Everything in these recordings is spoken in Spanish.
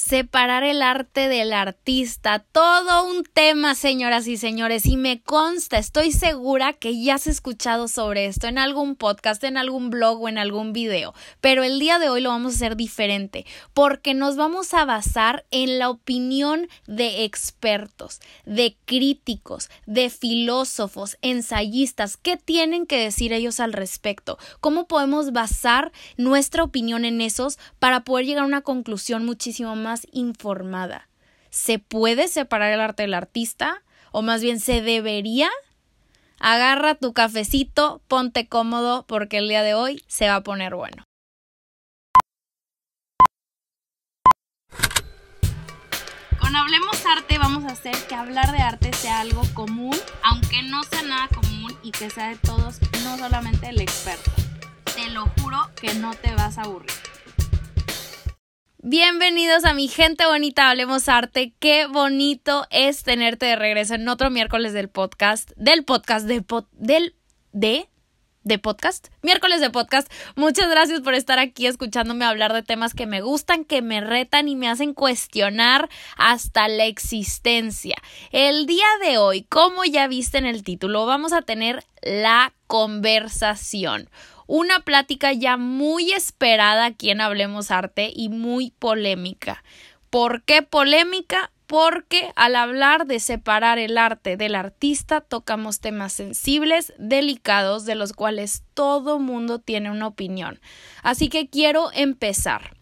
Separar el arte del artista, todo un tema, señoras y señores, y me consta, estoy segura que ya has escuchado sobre esto en algún podcast, en algún blog o en algún video, pero el día de hoy lo vamos a hacer diferente, porque nos vamos a basar en la opinión de expertos, de críticos, de filósofos, ensayistas. ¿Qué tienen que decir ellos al respecto? ¿Cómo podemos basar nuestra opinión en esos para poder llegar a una conclusión muchísimo más informada? ¿Se puede separar el arte del artista? ¿O más bien se debería? Agarra tu cafecito, ponte cómodo porque el día de hoy se va a poner bueno. Con Hablemos Arte vamos a hacer que hablar de arte sea algo común, aunque no sea nada común y que sea de todos, no solamente el experto. Te lo juro que no te vas a aburrir. Bienvenidos a mi gente bonita, Hablemos Arte. Qué bonito es tenerte de regreso en otro miércoles del podcast. Miércoles de podcast. Muchas gracias por estar aquí escuchándome hablar de temas que me gustan, que me retan y me hacen cuestionar hasta la existencia. El día de hoy, como ya viste en el título, vamos a tener la conversación. Una plática ya muy esperada aquí en Hablemos Arte y muy polémica. ¿Por qué polémica? Porque al hablar de separar el arte del artista tocamos temas sensibles, delicados, de los cuales todo mundo tiene una opinión. Así que quiero empezar.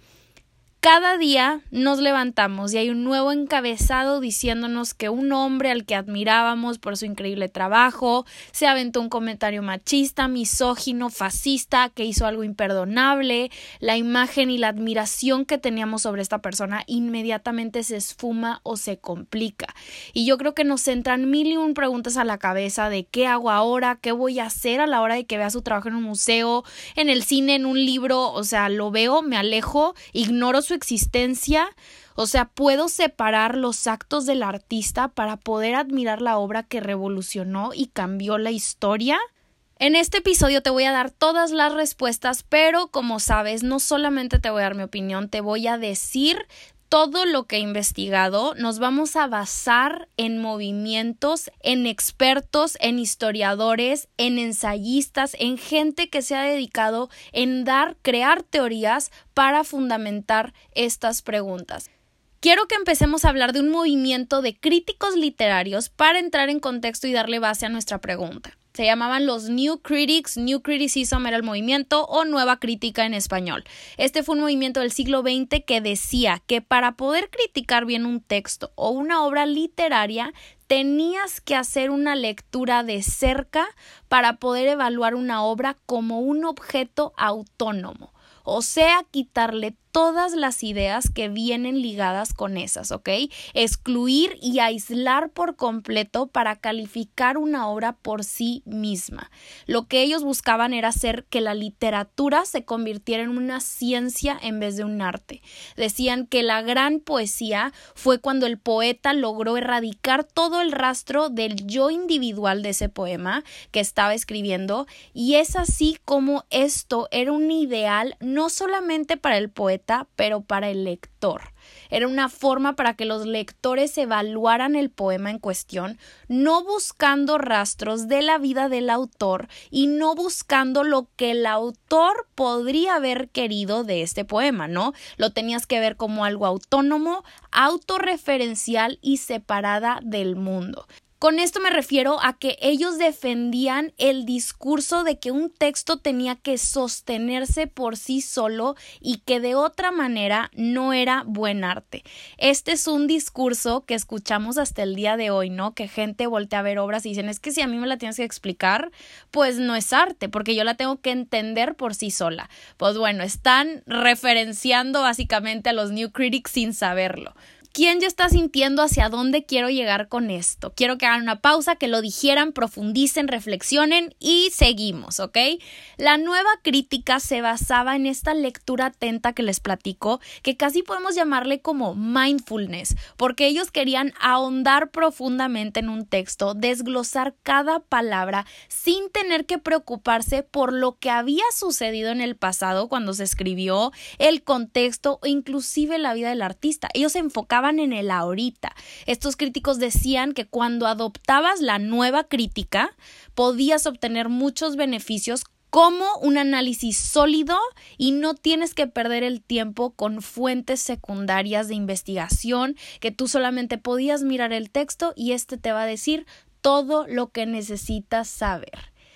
Cada día nos levantamos y hay un nuevo encabezado diciéndonos que un hombre al que admirábamos por su increíble trabajo se aventó un comentario machista, misógino, fascista, que hizo algo imperdonable. La imagen y la admiración que teníamos sobre esta persona inmediatamente se esfuma o se complica. Y yo creo que nos entran mil y un preguntas a la cabeza de qué hago ahora, qué voy a hacer a la hora de que vea su trabajo en un museo, en el cine, en un libro. O sea, lo veo, me alejo, ignoro su existencia. O sea, puedo separar los actos del artista para poder admirar la obra que revolucionó y cambió la historia. En este episodio te voy a dar todas las respuestas, pero como sabes, no solamente te voy a dar mi opinión, te voy a decir todo lo que he investigado. Nos vamos a basar en movimientos, en expertos, en historiadores, en ensayistas, en gente que se ha dedicado en crear teorías para fundamentar estas preguntas. Quiero que empecemos a hablar de un movimiento de críticos literarios para entrar en contexto y darle base a nuestra pregunta. Se llamaban los New Critics, New Criticism era el movimiento o Nueva Crítica en español. Este fue un movimiento del siglo XX que decía que para poder criticar bien un texto o una obra literaria tenías que hacer una lectura de cerca para poder evaluar una obra como un objeto autónomo. O sea, quitarle todas las ideas que vienen ligadas con esas, ¿ok? Excluir y aislar por completo para calificar una obra por sí misma. Lo que ellos buscaban era hacer que la literatura se convirtiera en una ciencia en vez de un arte. Decían que la gran poesía fue cuando el poeta logró erradicar todo el rastro del yo individual de ese poema que estaba escribiendo, y es así como esto era un ideal no solamente para el poeta, pero para el lector. Era una forma para que los lectores evaluaran el poema en cuestión, no buscando rastros de la vida del autor y no buscando lo que el autor podría haber querido de este poema, ¿no? Lo tenías que ver como algo autónomo, autorreferencial y separada del mundo. Con esto me refiero a que ellos defendían el discurso de que un texto tenía que sostenerse por sí solo y que de otra manera no era buen arte. Este es un discurso que escuchamos hasta el día de hoy, ¿no? Que gente voltea a ver obras y dicen, es que si a mí me la tienes que explicar, pues no es arte, porque yo la tengo que entender por sí sola. Pues bueno, están referenciando básicamente a los New Critics sin saberlo. ¿Quién ya está sintiendo hacia dónde quiero llegar con esto? Quiero que hagan una pausa, que lo digieran, profundicen, reflexionen y seguimos, ¿ok? La nueva crítica se basaba en esta lectura atenta que les platico, que casi podemos llamarle como mindfulness, porque ellos querían ahondar profundamente en un texto, desglosar cada palabra sin tener que preocuparse por lo que había sucedido en el pasado cuando se escribió, el contexto o inclusive la vida del artista. Ellos se enfocaban en el ahorita. Estos críticos decían que cuando adoptabas la nueva crítica podías obtener muchos beneficios como un análisis sólido y no tienes que perder el tiempo con fuentes secundarias de investigación, que tú solamente podías mirar el texto y este te va a decir todo lo que necesitas saber.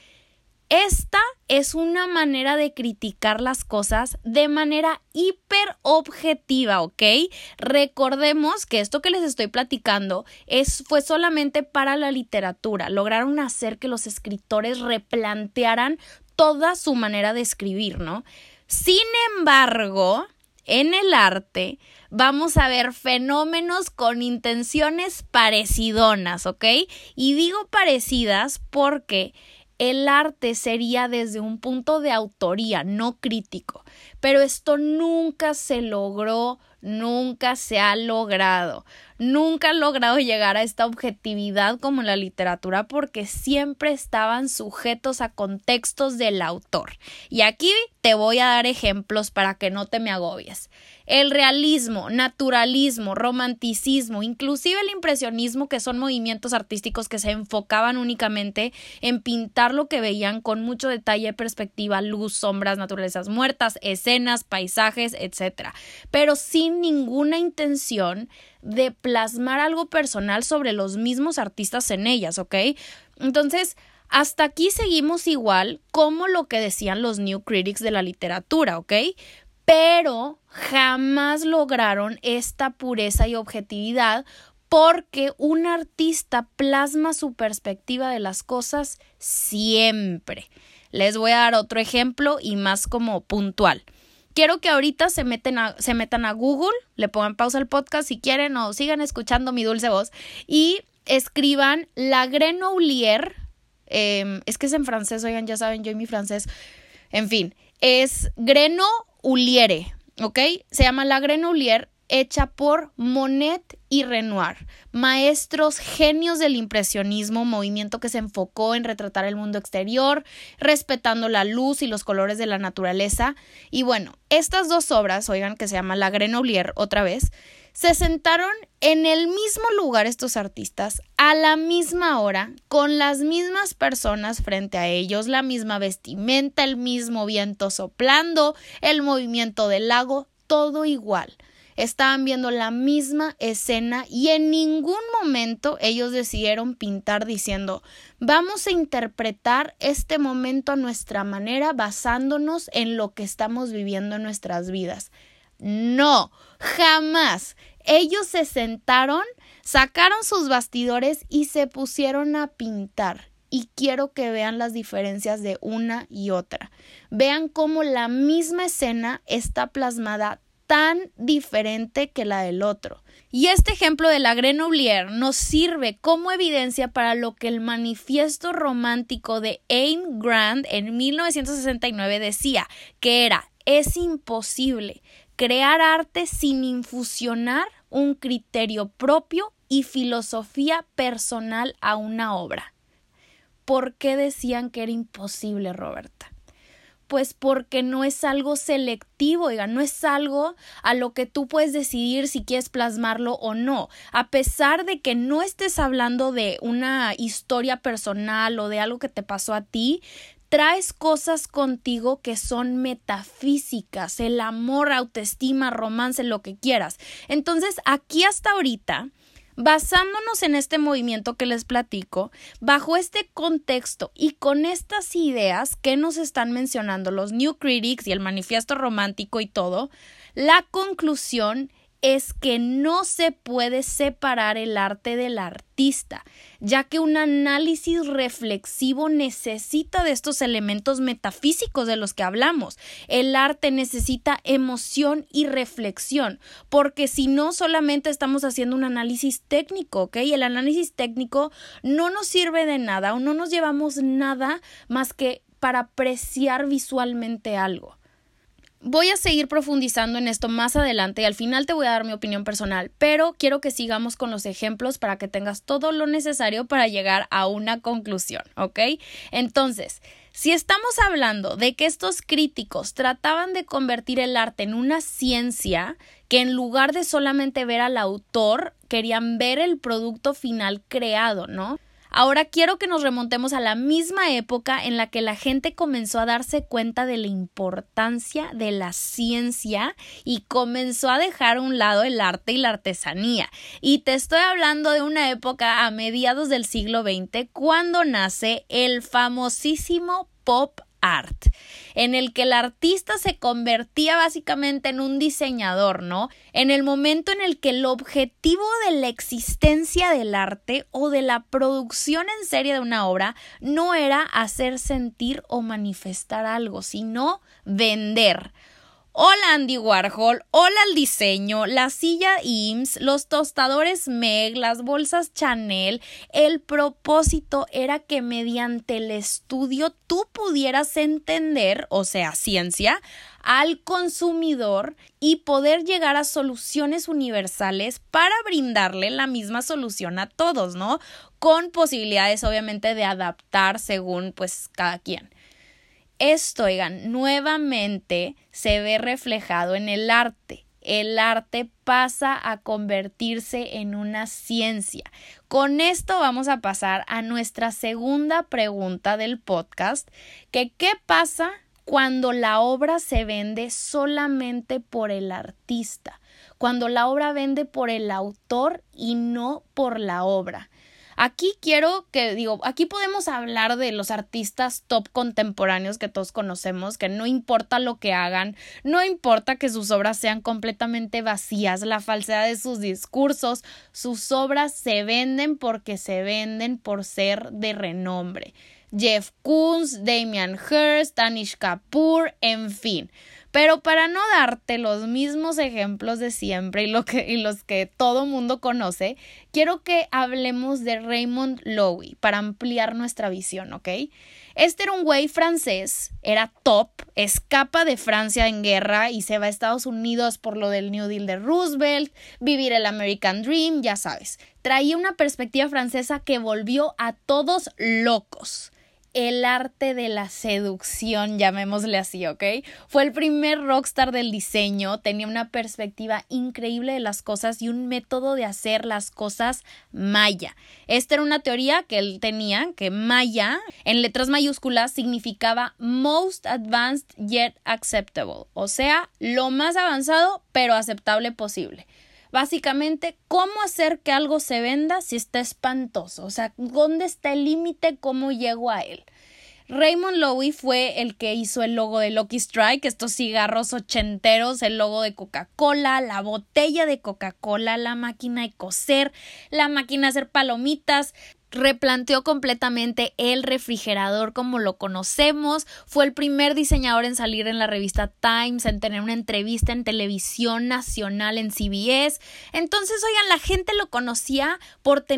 Esta es una manera de criticar las cosas de manera hiper objetiva, ¿ok? Recordemos que esto que les estoy platicando fue solamente para la literatura. Lograron hacer que los escritores replantearan toda su manera de escribir, ¿no? Sin embargo, en el arte vamos a ver fenómenos con intenciones parecidonas, ¿ok? Y digo parecidas porque el arte sería desde un punto de autoría, no crítico, pero esto nunca se logró, nunca se ha logrado. Nunca han logrado llegar a esta objetividad como en la literatura porque siempre estaban sujetos a contextos del autor. Y aquí te voy a dar ejemplos para que no te me agobies. El realismo, naturalismo, romanticismo, inclusive el impresionismo, que son movimientos artísticos que se enfocaban únicamente en pintar lo que veían con mucho detalle, perspectiva, luz, sombras, naturalezas muertas, escenas, paisajes, etc. Pero sin ninguna intención de plasmar algo personal sobre los mismos artistas en ellas, ¿ok? Entonces, hasta aquí seguimos igual como lo que decían los New Critics de la literatura, ¿ok? Pero jamás lograron esta pureza y objetividad porque un artista plasma su perspectiva de las cosas siempre. Les voy a dar otro ejemplo y más como puntual. Quiero que ahorita se metan a Google, le pongan pausa al podcast si quieren o sigan escuchando mi dulce voz y escriban la Grenouillère, es que es en francés, oigan, ya saben, yo y mi francés, en fin, es Grenouillère, ¿ok? Se llama la Grenouillère, hecha por Monet y Renoir, maestros genios del impresionismo, movimiento que se enfocó en retratar el mundo exterior, respetando la luz y los colores de la naturaleza. Y bueno, estas dos obras, oigan, que se llama la Grenouillère otra vez, se sentaron en el mismo lugar estos artistas, a la misma hora, con las mismas personas frente a ellos, la misma vestimenta, el mismo viento soplando, el movimiento del lago, todo igual. Estaban viendo la misma escena y en ningún momento ellos decidieron pintar diciendo vamos a interpretar este momento a nuestra manera basándonos en lo que estamos viviendo en nuestras vidas. No, jamás. Ellos se sentaron, sacaron sus bastidores y se pusieron a pintar. Y quiero que vean las diferencias de una y otra. Vean cómo la misma escena está plasmada tan diferente que la del otro. Y este ejemplo de la Grenouillère nos sirve como evidencia para lo que el manifiesto romántico de Ayn Rand en 1969 decía, que es imposible crear arte sin infusionar un criterio propio y filosofía personal a una obra. ¿Por qué decían que era imposible, Roberta? Pues porque no es algo selectivo, oiga, no es algo a lo que tú puedes decidir si quieres plasmarlo o no. A pesar de que no estés hablando de una historia personal o de algo que te pasó a ti, traes cosas contigo que son metafísicas, el amor, autoestima, romance, lo que quieras. Entonces, aquí hasta ahorita, basándonos en este movimiento que les platico, bajo este contexto y con estas ideas que nos están mencionando los New Critics y el manifiesto romántico y todo, la conclusión es que no se puede separar el arte del artista, ya que un análisis reflexivo necesita de estos elementos metafísicos de los que hablamos. El arte necesita emoción y reflexión, porque si no solamente estamos haciendo un análisis técnico, ¿ok? El análisis técnico no nos sirve de nada o no nos llevamos nada más que para apreciar visualmente algo. Voy a seguir profundizando en esto más adelante y al final te voy a dar mi opinión personal, pero quiero que sigamos con los ejemplos para que tengas todo lo necesario para llegar a una conclusión, ¿ok? Entonces, si estamos hablando de que estos críticos trataban de convertir el arte en una ciencia, que en lugar de solamente ver al autor, querían ver el producto final creado, ¿no? Ahora quiero que nos remontemos a la misma época en la que la gente comenzó a darse cuenta de la importancia de la ciencia y comenzó a dejar a un lado el arte y la artesanía. Y te estoy hablando de una época a mediados del siglo XX cuando nace el famosísimo pop art, en el que el artista se convertía básicamente en un diseñador, ¿no? En el momento en el que el objetivo de la existencia del arte o de la producción en serie de una obra no era hacer sentir o manifestar algo, sino vender. Hola Andy Warhol, hola el diseño, la silla Eames, los tostadores Meg, las bolsas Chanel. El propósito era que mediante el estudio tú pudieras entender, o sea, ciencia, al consumidor y poder llegar a soluciones universales para brindarle la misma solución a todos, ¿no? Con posibilidades obviamente de adaptar según pues cada quien. Esto, oigan, nuevamente se ve reflejado en el arte. El arte pasa a convertirse en una ciencia. Con esto vamos a pasar a nuestra segunda pregunta del podcast, que ¿qué pasa cuando la obra se vende solamente por el artista? Cuando la obra vende por el autor y no por la obra. Aquí aquí podemos hablar de los artistas top contemporáneos que todos conocemos, que no importa lo que hagan, no importa que sus obras sean completamente vacías, la falsedad de sus discursos, sus obras se venden porque se venden por ser de renombre. Jeff Koons, Damien Hirst, Anish Kapoor, en fin. Pero para no darte los mismos ejemplos de siempre y los que todo mundo conoce, quiero que hablemos de Raymond Loewy para ampliar nuestra visión, ¿ok? Este era un güey francés, era top, escapa de Francia en guerra y se va a Estados Unidos por lo del New Deal de Roosevelt, vivir el American Dream, ya sabes. Traía una perspectiva francesa que volvió a todos locos. El arte de la seducción, llamémosle así, ¿ok? Fue el primer rockstar del diseño, tenía una perspectiva increíble de las cosas y un método de hacer las cosas maya. Esta era una teoría que él tenía, que maya, en letras mayúsculas, significaba most advanced yet acceptable, o sea, lo más avanzado pero aceptable posible. Básicamente, ¿cómo hacer que algo se venda si está espantoso? O sea, ¿dónde está el límite? ¿Cómo llego a él? Raymond Loewy fue el que hizo el logo de Lucky Strike, estos cigarros ochenteros, el logo de Coca-Cola, la botella de Coca-Cola, la máquina de coser, la máquina de hacer palomitas. Replanteó completamente el refrigerador como lo conocemos, fue el primer diseñador en salir en la revista Times, en tener una entrevista en televisión nacional en CBS. Entonces, oigan, la gente lo conocía por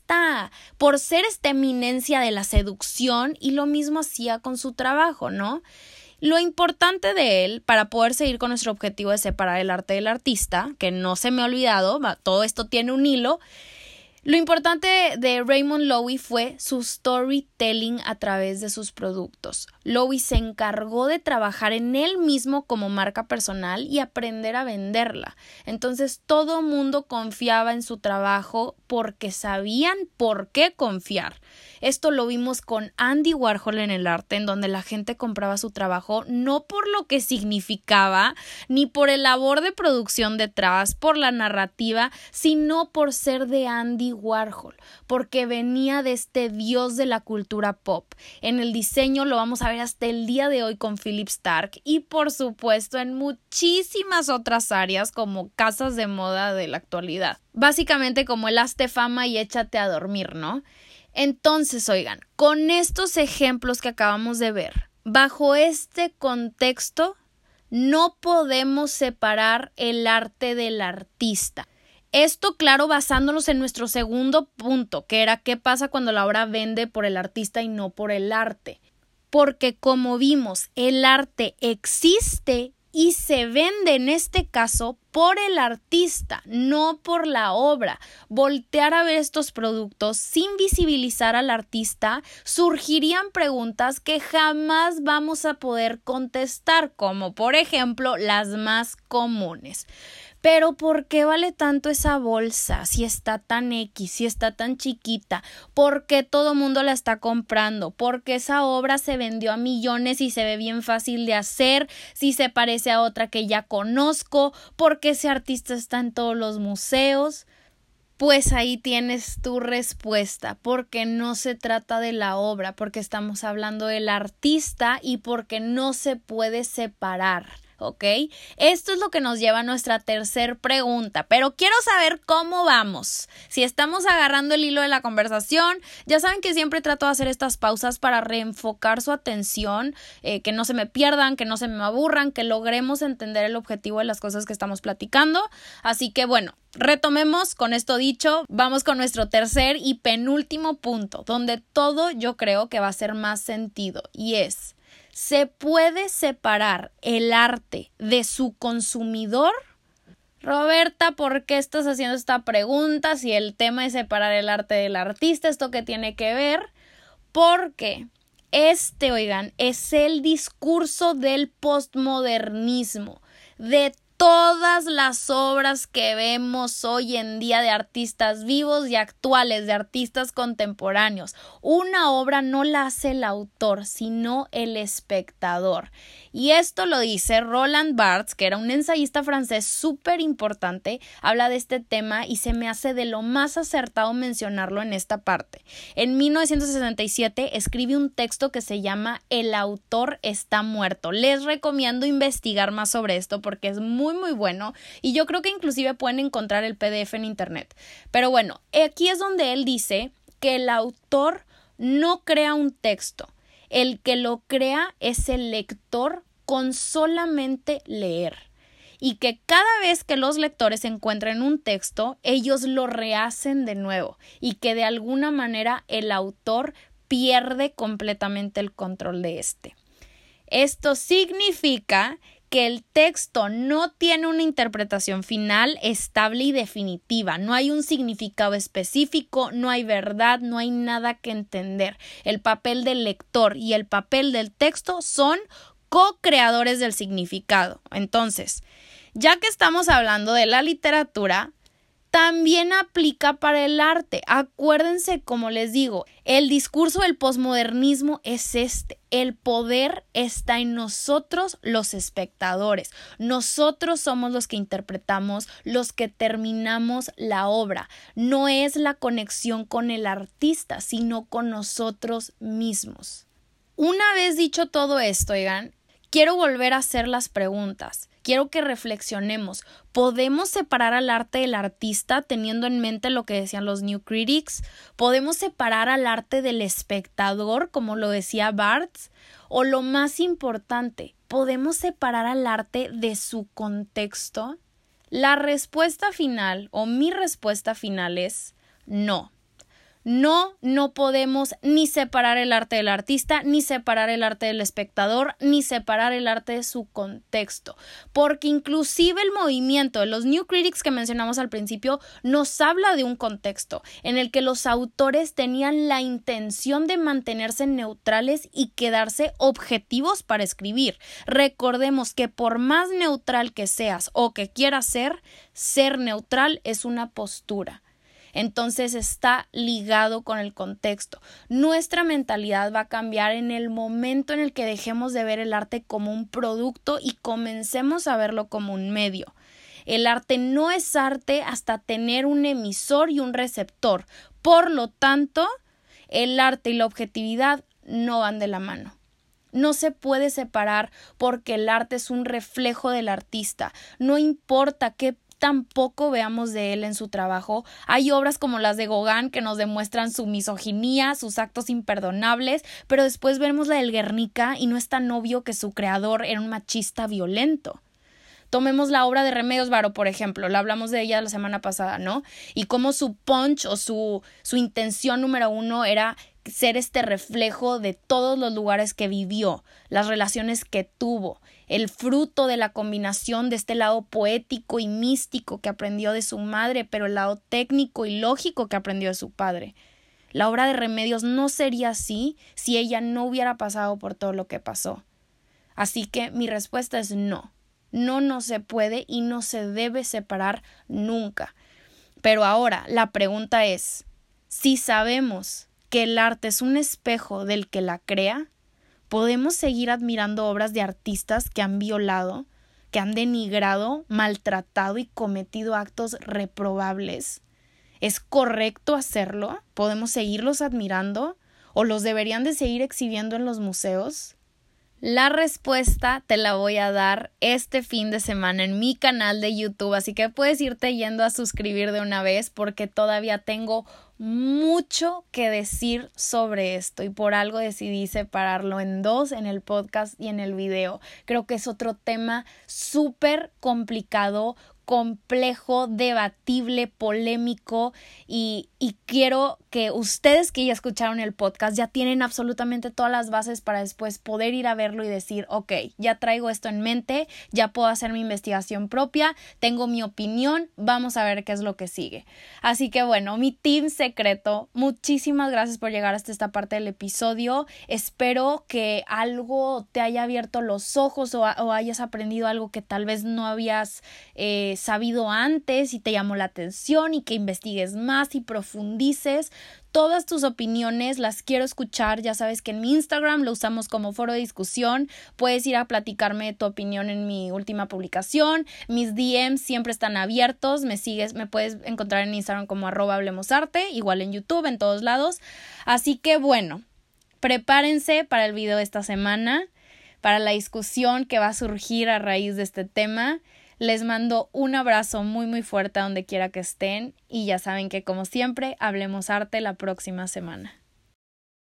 ser esta eminencia de la seducción y lo mismo hacía con su trabajo, ¿no? Lo importante de él, para poder seguir con nuestro objetivo de separar el arte del artista, que no se me ha olvidado, todo esto tiene un hilo. Lo importante de Raymond Loewy fue su storytelling a través de sus productos. Loewy se encargó de trabajar en él mismo como marca personal y aprender a venderla. Entonces todo mundo confiaba en su trabajo porque sabían por qué confiar. Esto lo vimos con Andy Warhol en el arte, en donde la gente compraba su trabajo no por lo que significaba, ni por el labor de producción detrás, por la narrativa, sino por ser de Andy Andy Warhol, porque venía de este dios de la cultura pop. En el diseño lo vamos a ver hasta el día de hoy con Philippe Starck y por supuesto en muchísimas otras áreas como casas de moda de la actualidad. Básicamente como el hazte fama y échate a dormir, ¿no? Entonces, oigan, con estos ejemplos que acabamos de ver, bajo este contexto, no podemos separar el arte del artista. Esto, claro, basándonos en nuestro segundo punto, que era qué pasa cuando la obra vende por el artista y no por el arte. Porque como vimos, el arte existe y se vende en este caso por el artista, no por la obra. Voltear a ver estos productos sin visibilizar al artista, surgirían preguntas que jamás vamos a poder contestar, como por ejemplo las más comunes. Pero ¿por qué vale tanto esa bolsa? Si está tan X, si está tan chiquita, ¿por qué todo mundo la está comprando? ¿Por qué esa obra se vendió a millones y se ve bien fácil de hacer? Si se parece a otra que ya conozco, ¿por qué ese artista está en todos los museos? Pues ahí tienes tu respuesta, porque no se trata de la obra, porque estamos hablando del artista y porque no se puede separar. ¿Ok? Esto es lo que nos lleva a nuestra tercera pregunta, pero quiero saber cómo vamos. Si estamos agarrando el hilo de la conversación, ya saben que siempre trato de hacer estas pausas para reenfocar su atención, que no se me pierdan, que no se me aburran, que logremos entender el objetivo de las cosas que estamos platicando. Así que bueno, retomemos con esto dicho, vamos con nuestro tercer y penúltimo punto, donde todo yo creo que va a hacer más sentido y es: ¿se puede separar el arte de su consumidor? Roberta, ¿por qué estás haciendo esta pregunta? Si el tema es separar el arte del artista, ¿esto qué tiene que ver? Porque oigan, es el discurso del postmodernismo, de todas las obras que vemos hoy en día de artistas vivos y actuales, de artistas contemporáneos. Una obra no la hace el autor, sino el espectador. Y esto lo dice Roland Barthes, que era un ensayista francés súper importante, habla de este tema y se me hace de lo más acertado mencionarlo en esta parte. En 1967 escribe un texto que se llama El autor está muerto. Les recomiendo investigar más sobre esto porque es muy bueno y yo creo que inclusive pueden encontrar el PDF en internet. Pero bueno, aquí es donde él dice que el autor no crea un texto. El que lo crea es el lector con solamente leer. Y que cada vez que los lectores encuentren un texto, ellos lo rehacen de nuevo y que de alguna manera el autor pierde completamente el control de este. Esto significa que el texto no tiene una interpretación final, estable y definitiva. No hay un significado específico, no hay verdad, no hay nada que entender. El papel del lector y el papel del texto son co-creadores del significado. Entonces, ya que estamos hablando de la literatura, también aplica para el arte. Acuérdense, como les digo, el discurso del posmodernismo es el poder está en nosotros los espectadores. Nosotros somos los que interpretamos, los que terminamos la obra. No es la conexión con el artista, sino con nosotros mismos. Una vez dicho todo esto, oigan, quiero volver a hacer las preguntas. Quiero que reflexionemos. ¿Podemos separar al arte del artista teniendo en mente lo que decían los New Critics? ¿Podemos separar al arte del espectador, como lo decía Barthes? O lo más importante, ¿podemos separar al arte de su contexto? La respuesta final, o mi respuesta final es no. No podemos ni separar el arte del artista, ni separar el arte del espectador, ni separar el arte de su contexto, porque inclusive el movimiento de los New Critics que mencionamos al principio nos habla de un contexto en el que los autores tenían la intención de mantenerse neutrales y quedarse objetivos para escribir. Recordemos que por más neutral que seas o que quieras ser neutral es una postura. Entonces está ligado con el contexto. Nuestra mentalidad va a cambiar en el momento en el que dejemos de ver el arte como un producto y comencemos a verlo como un medio. El arte no es arte hasta tener un emisor y un receptor. Por lo tanto, el arte y la objetividad no van de la mano. No se puede separar porque el arte es un reflejo del artista. No importa qué tampoco veamos de él en su trabajo. Hay obras como las de Gauguin que nos demuestran su misoginia, sus actos imperdonables, pero después vemos la del Guernica y no es tan obvio que su creador era un machista violento. Tomemos la obra de Remedios Varo, por ejemplo, la hablamos de ella la semana pasada, ¿no? Y cómo su punch o su intención número uno era ser este reflejo de todos los lugares que vivió, las relaciones que tuvo, el fruto de la combinación de este lado poético y místico que aprendió de su madre, pero el lado técnico y lógico que aprendió de su padre. La obra de Remedios no sería así si ella no hubiera pasado por todo lo que pasó. Así que mi respuesta es no. No se puede y no se debe separar nunca. Pero ahora la pregunta es, si sabemos que el arte es un espejo del que la crea, ¿podemos seguir admirando obras de artistas que han violado, que han denigrado, maltratado y cometido actos reprobables? ¿Es correcto hacerlo? ¿Podemos seguirlos admirando? ¿O los deberían de seguir exhibiendo en los museos? La respuesta te la voy a dar este fin de semana en mi canal de YouTube, así que puedes irte yendo a suscribir de una vez porque todavía tengo mucho que decir sobre esto y por algo decidí separarlo en dos, en el podcast y en el video. Creo que es otro tema súper complicado, complejo, debatible, polémico y quiero que ustedes que ya escucharon el podcast ya tienen absolutamente todas las bases para después poder ir a verlo y decir, ok, ya traigo esto en mente, ya puedo hacer mi investigación propia, tengo mi opinión, vamos a ver qué es lo que sigue. Así que bueno, mi team secreto, muchísimas gracias por llegar hasta esta parte del episodio. Espero que algo te haya abierto los ojos o hayas aprendido algo que tal vez no habías sabido antes y te llamó la atención y que investigues más y profundices. Todas tus opiniones las quiero escuchar. Ya sabes que en mi Instagram lo usamos como foro de discusión. Puedes ir a platicarme tu opinión en mi última publicación. Mis DMs siempre están abiertos. Me puedes encontrar en Instagram como @hablemosarte, igual en YouTube, en todos lados. Así que bueno, prepárense para el video de esta semana, para la discusión que va a surgir a raíz de este tema. Les mando un abrazo muy muy fuerte a donde quiera que estén y ya saben que como siempre hablemos arte la próxima semana.